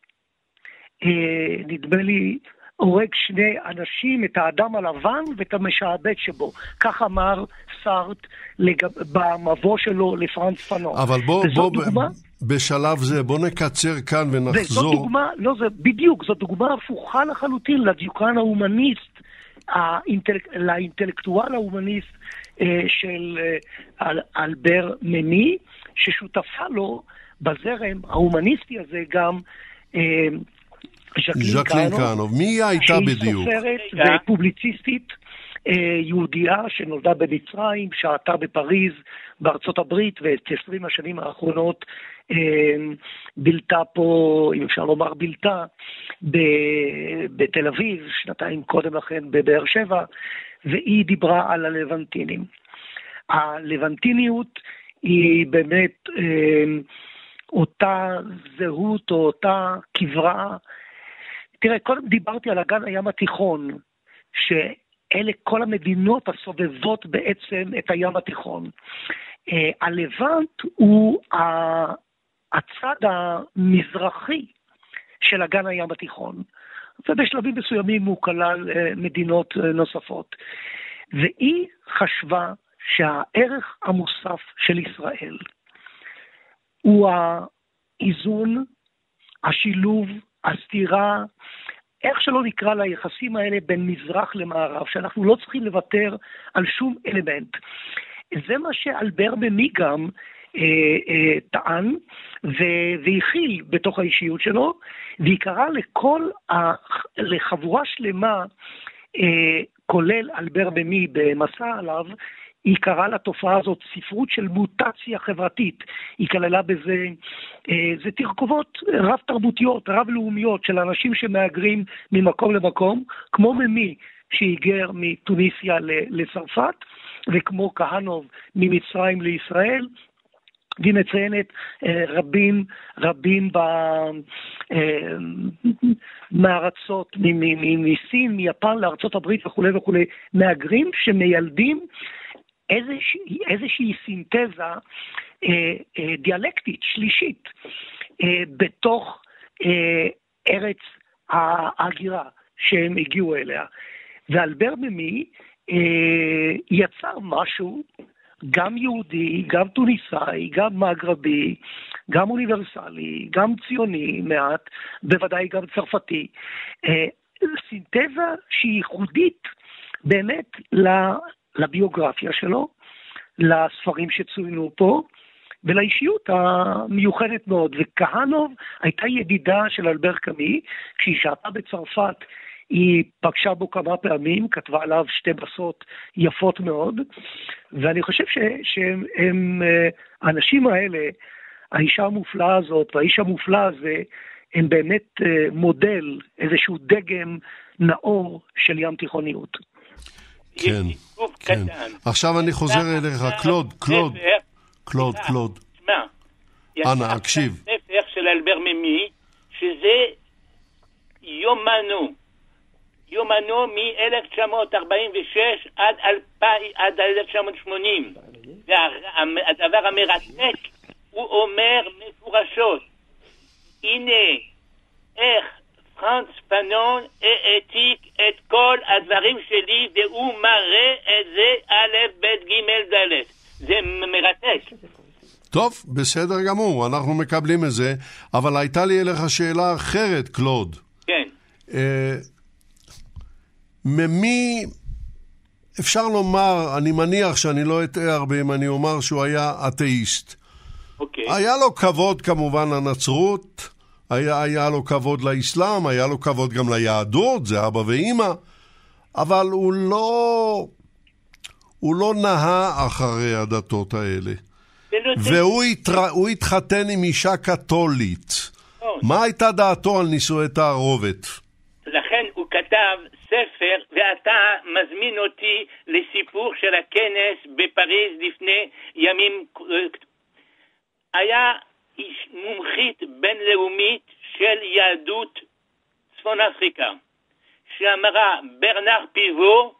נדמה לי, הורג שני אנשים, את האדם הלבן ואת המשעבד שבו. כך אמר סארט במבוא שלו לפרנץ פנון. אבל בוא בשלב זה, בוא נקצר כאן ונחזור. וזאת דוגמה, לא, זה בדיוק, זאת דוגמה הפוכה לחלוטין לדיוקן ההומניסט, לאינטלקטואל ההומניסט של אלבר ממי, ששותפה לו בזרם ההומניסטי הזה גם ז'קלין קאנוב. מי הייתה בדיוק? שהיא סופרת ופובליציסטית יהודייה שנולדה במצרים, שהתה בפריז בארצות הברית, ואת 20 השנים האחרונות בילתה פה, אם אפשר לומר בילתה, בתל אביב, שנתיים קודם לכן בבאר שבע, והיא דיברה על הלבנטינים. הלבנטיניות היא באמת אותה זהות או אותה כברה. תראה, קודם דיברתי על אגן הים התיכון, שאלה כל המדינות הסובבות בעצם את הים התיכון. הלבנט הוא הצד המזרחי של אגן הים התיכון, ובשלבים מסוימים הוא כלל מדינות נוספות. והיא חשבה שהערך המוסף של ישראל הוא האיזון, השילוב, הסתירה, איך שלא נקרא ליחסים האלה בין מזרח למערב, שאנחנו לא צריכים לוותר על שום אלמנט. זה מה שאלבר ממי גם טען והכיל בתוך האישיות שלו, והיא קרא לחבורה שלמה, כולל אלבר ממי במסע עליו, היא קראה לתופעה הזאת ספרות של מוטציה חברתית. היא כללה בזה, זה תרכובות רב תרבותיות, רב לאומיות של אנשים שמאגרים ממקום למקום, כמו ממי שהיגר מתוניסיה לצרפת, וכמו כהנוב ממצרים לישראל, והיא מציינת רבים מארצות, מסין, מיפן לארצות הברית וכו' וכו', מאגרים שמיילדים איזושהי סינתזה דיאלקטית, שלישית, בתוך ארץ ההגירה שהם הגיעו אליה. ואלבר ממי יצר משהו גם יהודי, גם טוניסאי, גם מגרבי, גם אוניברסלי, גם ציוני מעט, בוודאי גם צרפתי. סינתזה שהיא ייחודית באמת לביוגרפיה שלו, לספרים שצוינו פה, ולאישיות המיוחדת מאוד. וכהנוב הייתה ידידה של אלבר קאמי, כשהיא שהתה בצרפת, היא פגשה בו כמה פעמים, כתבה עליו 2 בסות יפות מאוד, ואני חושב שהם, האנשים האלה, האישה המופלאה הזאת והאיש המופלא הזה, הם באמת מודל, איזשהו דגם נאור של ים תיכוניות. כן, כן. עכשיו אני חוזר אליך, קלוד. אנא, הקשיב. ספר של אלבר ממי, שזה יומנו מ-1946 עד 1980. והדבר המרתק, הוא אומר מפורשות, הנה איך פרנץ פנון העתיק את כל הדברים שלי, והוא מראה את זה א' ב' ג' ד'. זה מרתק. טוב, בסדר גמור, אנחנו מקבלים את זה, אבל הייתה לי אליך שאלה אחרת, קלוד. כן. ממי אפשר לומר, אני מניח שאני לא אטעה הרבה אם אני אומר שהוא היה אתאיסט. אוקיי. היה לו כבוד כמובן לנצרות, היה לו כבוד לאסלאם, היה לו כבוד גם ליהדות, זה אבא ואמא, אבל הוא לא נהה אחרי הדתות האלה. והוא התחתן עם אישה קתולית. מה הייתה דעתו על נישואי תערובת? לכן הוא כתב ספר, ואתה מזמין אותי לסיפור של הכנס בפריז לפני ימים. היה מומחית בינלאומית של יהדות צפון אפריקה, שאמרה ברנר פיבו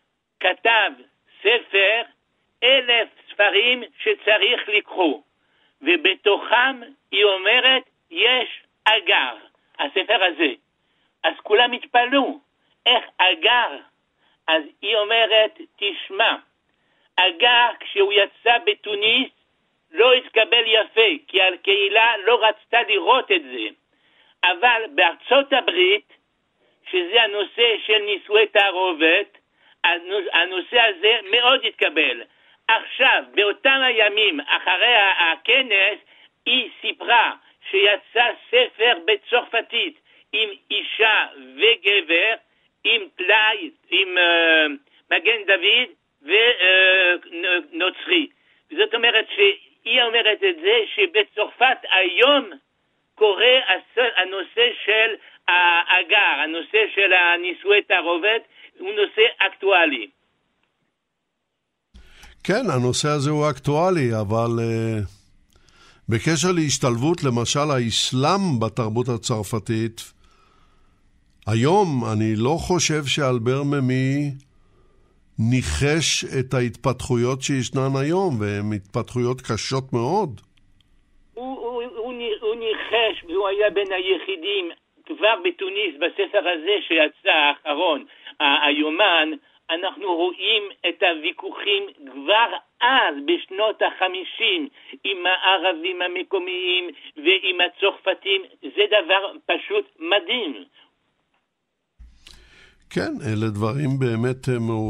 כתב ספר 1,000 ספרים שצריך לקרוא. ובתוכם היא אומרת, יש אגר, הספר הזה. אז כולם התפלאו, איך אגר? אז היא אומרת, תשמע, אגר כשהוא יצא בתוניס לא התקבל יפה, כי הקהילה לא רצתה לראות את זה. אבל בארצות הברית, שזה הנושא של נישואי תערובת, הנושא הזה מאוד התקבל. עכשיו, באותם הימים, אחרי הכנס, היא סיפרה שיצא ספר בצרפתית עם אישה וגבר, עם טלאי, עם מגן דוד ונוצרי. זאת אומרת שהיא אומרת את זה שבצרפת היום קורה הנושא של האגר, הנושא של הנישואי תערובת, הוא נושא אקטואלי. כן, הנושא הזה הוא אקטואלי, אבל בקשר להשתלבות, למשל האסלאם בתרבות הצרפתית, היום אני לא חושב שאלבר ממי ניחש את ההתפתחויות שישנן היום, והן התפתחויות קשות מאוד. הוא ניחש, והוא היה בין היחידים כבר בתוניס, בספר הזה שיצא האחרון, היומן, אנחנו רואים את הוויכוחים כבר אז, בשנות ה-50, עם הערבים המקומיים ועם הצרפתים. זה דבר פשוט מדהים. כן, אלה דברים באמת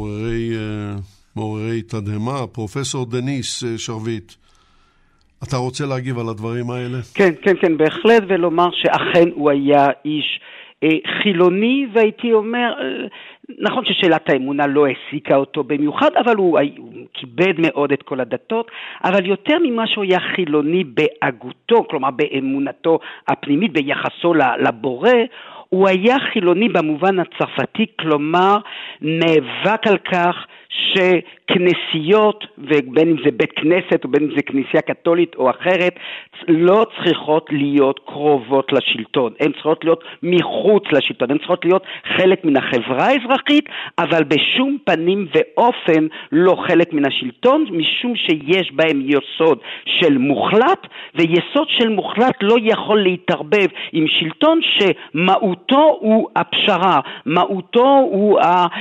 מעוררי תדהמה. פרופסור דניס שרביט, אתה רוצה להגיב על הדברים האלה? כן, בהחלט, ולומר שאכן הוא היה איש חילוני, והייתי אומר, נכון ששאלת האמונה לא העסיקה אותו במיוחד, אבל הוא כיבד מאוד את כל הדתות, אבל יותר ממה שהוא היה חילוני בהגותו, כלומר באמונתו הפנימית, ביחסו לבורא, הוא היה חילוני במובן הצרפתי, כלומר נאבק על כך שכנסיות, ובין אם זה בית כנסת או בין אם זה כנסייה קתולית או אחרת, לא צריכות להיות קרובות לשלטון, הן צריכות להיות מחוץ לשלטון, הן צריכות להיות חלק מן החברה האזרחית, אבל בשום פנים ואופן לא חלק מן השלטון, משום שיש בהם יסוד של מוחלט, ויסוד של מוחלט לא יכול להתערבב עם שלטון שמהותו הוא הפשרה, מהותו הוא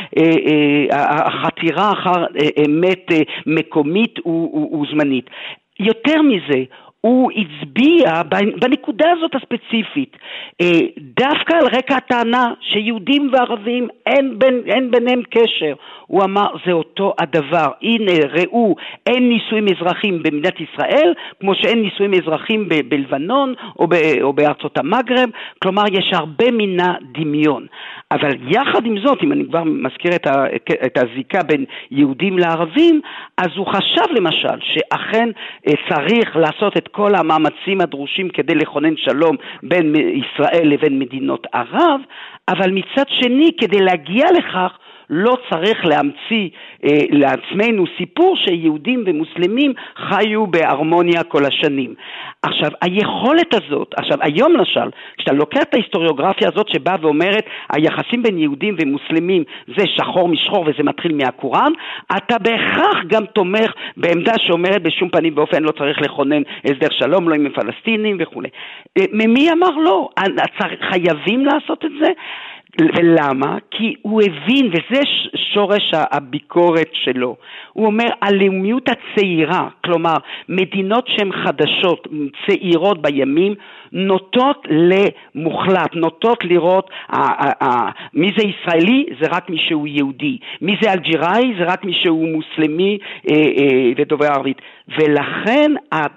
החתירה אחר אמת מקומית וזמנית. יותר מזה, הוא הצביע בנקודה הזאת הספציפית, דווקא על רקע הטענה שיהודים וערבים אין ביניהם קשר. הוא אמר, זה אותו הדבר. הנה, ראו, אין נישואים אזרחים במדינת ישראל, כמו שאין נישואים אזרחים בלבנון או בארצות המגרב, כלומר, יש הרבה מן הדמיון. אבל יחד עם זאת, אם אני כבר מזכיר את הזיקה בין יהודים לערבים, אז הוא חשב למשל שאכן צריך לעשות את כל המאמצים הדרושים כדי לכונן שלום בין ישראל לבין מדינות ערב, אבל מצד שני, כדי להגיע לכך, לא צריך להמציא לעצמנו סיפור שיהודים ומוסלמים חיו בהרמוניה כל השנים. עכשיו, היכולת הזאת, היום למשל, כשאתה לוקח את ההיסטוריוגרפיה הזאת שבאה ואומרת, היחסים בין יהודים ומוסלמים זה שחור משחור וזה מתחיל מהקוראן, אתה בהכרח גם תומך בעמדה שאומרת בשום פנים באופן לא צריך לכונן הסדר שלום, לא עם הפלסטינים וכו'. ממי אמר לא? חייבים לעשות את זה? ולמה? כי הוא הבין, וזה שורש הביקורת שלו, הוא אומר, הלאומיות הצעירה, כלומר, מדינות שהן חדשות, צעירות בימים, נוטות למוחלט, נוטות לראות, מי זה ישראלי? זה רק מי שהוא יהודי. מי זה אלג'יראי? זה רק מי שהוא מוסלמי ודובר ערבית. ולכן,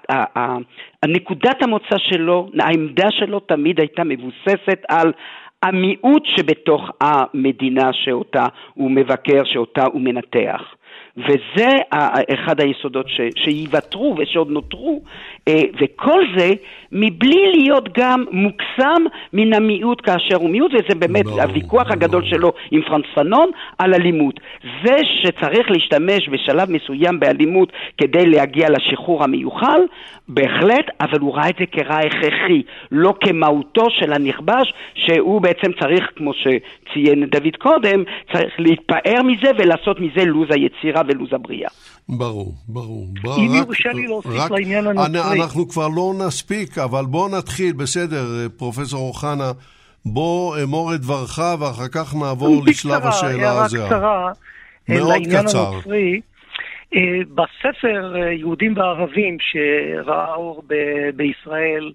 נקודת המוצא שלו, העמדה שלו תמיד הייתה מבוססת על המיעוט שבתוך המדינה שאותה הוא מבקר, שאותה הוא מנתח. וזה אחד היסודות שיוותרו ושעוד נותרו, וכל זה מבלי להיות גם מוקסם מן המיעוט כאשר הוא מיעוט, וזה באמת הוויכוח הגדול שלו עם פרנס פנון על אלימות. זה שצריך להשתמש בשלב מסוים באלימות כדי להגיע לשחרור המיוחל, בהחלט, אבל הוא ראה את זה כרע הכרחי, לא כמהותו של הנכבש, שהוא בעצם צריך, כמו שציין דוד קודם, צריך להתפאר מזה ולעשות מזה לוז היצירה ולוז הבריאה. ברור, ברור. אם יורשה לי להוסיף לעניין הנוצרי. אנחנו כבר לא נספיק, אבל בוא נתחיל, בסדר, פרופסור אוחנה, בוא אמור את דברך ואחר כך נעבור לשלב השאלה הזהה. הערה קצרה, לעניין הנוצרי. בספר יהודים וערבים שראה אור בישראל,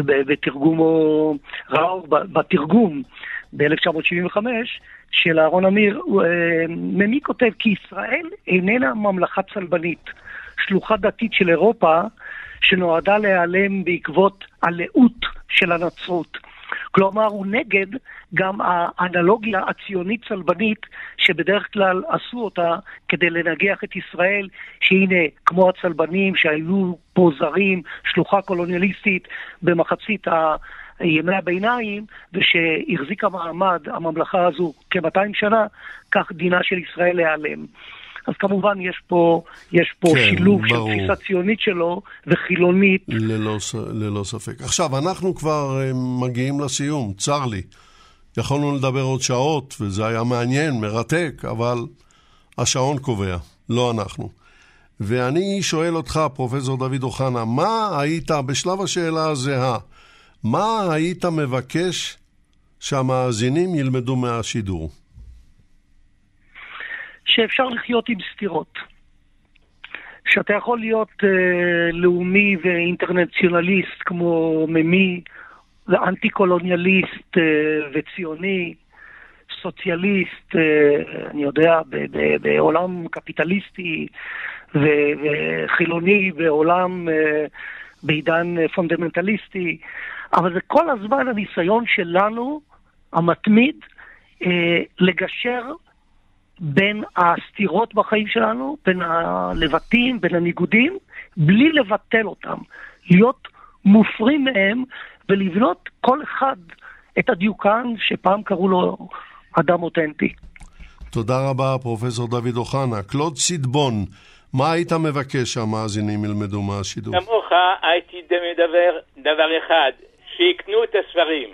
בתרגום ב-1975 של אהרון אמיר, ממי כותב כי ישראל איננה ממלכה צלבנית, שלוחה דתית של אירופה שנועדה להיעלם בעקבות הלאות של הנצרות. כלומר, הוא נגד גם האנלוגיה הציונית צלבנית שבדרך כלל עשו אותה כדי לנגח את ישראל, שהנה כמו הצלבנים שהיו פה זרים, שלוחה קולוניאליסטית במחצית ימי הביניים, ושהחזיקה מעמד הממלכה הזו כ-200 שנה, כך דינה של ישראל להיעלם. אז כמובן יש פה כן, שילוב ברור. של תפיסה ציונית שלו וחילונית. ללא ספק. עכשיו, אנחנו כבר מגיעים לסיום, צר לי. יכולנו לדבר עוד שעות, וזה היה מעניין, מרתק, אבל השעון קובע, לא אנחנו. ואני שואל אותך, פרופסור דוד אוחנה, מה היית, בשלב השאלה הזהה, מה היית מבקש שהמאזינים ילמדו מהשידור? שאפשר לחיות עם סתירות. שאתה יכול להיות לאומי ואינטרנציונליסט כמו ממי, ואנטי-קולוניאליסט וציוני, סוציאליסט, אני יודע, בעולם קפיטליסטי וחילוני, בעולם, בעידן פונדמנטליסטי, אבל זה כל הזמן הניסיון שלנו, המתמיד, לגשר בין הסתירות בחיים שלנו, בין הלבטים, בין הניגודים, בלי לבטל אותם, להיות מופרים מהם, ולבנות כל אחד את הדיוקן שפעם קראו לו אדם אותנטי. תודה רבה, פרופסור דוד אוחנה. קלוד סידבון, מה היית מבקש שהמאזינים ילמדו מהשידור? כמוך הייתי מדבר דבר אחד, שיקנו את הספרים.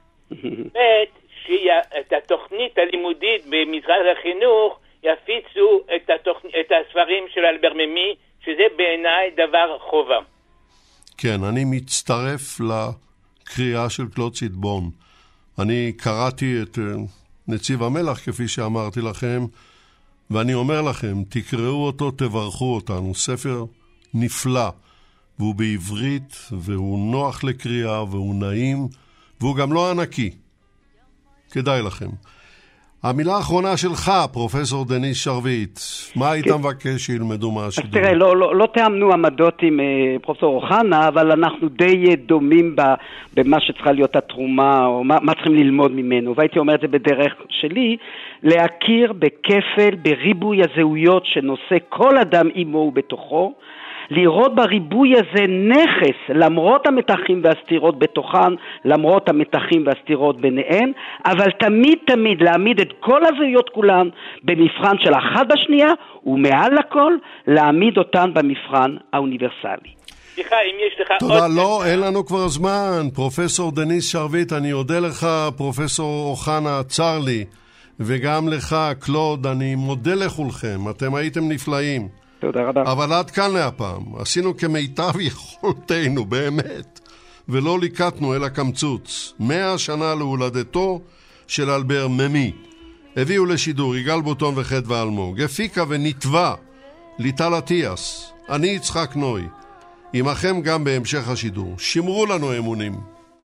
שאת התוכנית הלימודית במשרד החינוך יפיצו את הספרים של אלבר ממי, שזה בעיניי דבר חובה. כן, אני מצטרף לקריאה של קלוד סידבון. אני קראתי את נציב המלח, כפי שאמרתי לכם, ואני אומר לכם, תקראו אותו, תברכו אותנו. ספר נפלא, והוא בעברית, והוא נוח לקריאה, והוא נעים, והוא גם לא ענקי. כדאי לכם. המילה האחרונה שלך, פרופסור דניס שרביט, מה היית מבקש שילמדו מהשידור? תראה, לא תאמנו עמדות עם פרופסור אוחנה, אבל אנחנו די דומים במה שצריכה להיות התרומה, או מה צריכים ללמוד ממנו, והייתי אומר את זה בדרך שלי, להכיר בכפל, בריבוי הזהויות שנושא כל אדם עמו ובתוכו, לראות בריבוי הזה נכס, למרות המתחים והסתירות בתוכן, למרות המתחים והסתירות ביניהן, אבל תמיד להעמיד את כל הזהויות כולן במבחן של אחת בשנייה, ומעל לכל להעמיד אותן במבחן האוניברסלי. סליחה, אם יש לך תודה, לא, אין לנו כבר זמן. פרופסור דניס שרביט, אני אודה לך, פרופסור אוחנה, צר לי, וגם לך, קלוד, אני מודה לכולכם, אתם הייתם נפלאים. תודה רבה. אבל עד כאן להפעם. עשינו כמיטב יכולתנו, באמת. ולא ליקטנו אל הקמצוץ. 100 שנה להולדתו של אלבר ממי. הביאו לשידור יגאל בוטון וחדווה אלמוג. הפיקה ונטבע ליטל אטיאס. אני יצחק נוי. עמכם גם בהמשך השידור. שמרו לנו אמונים.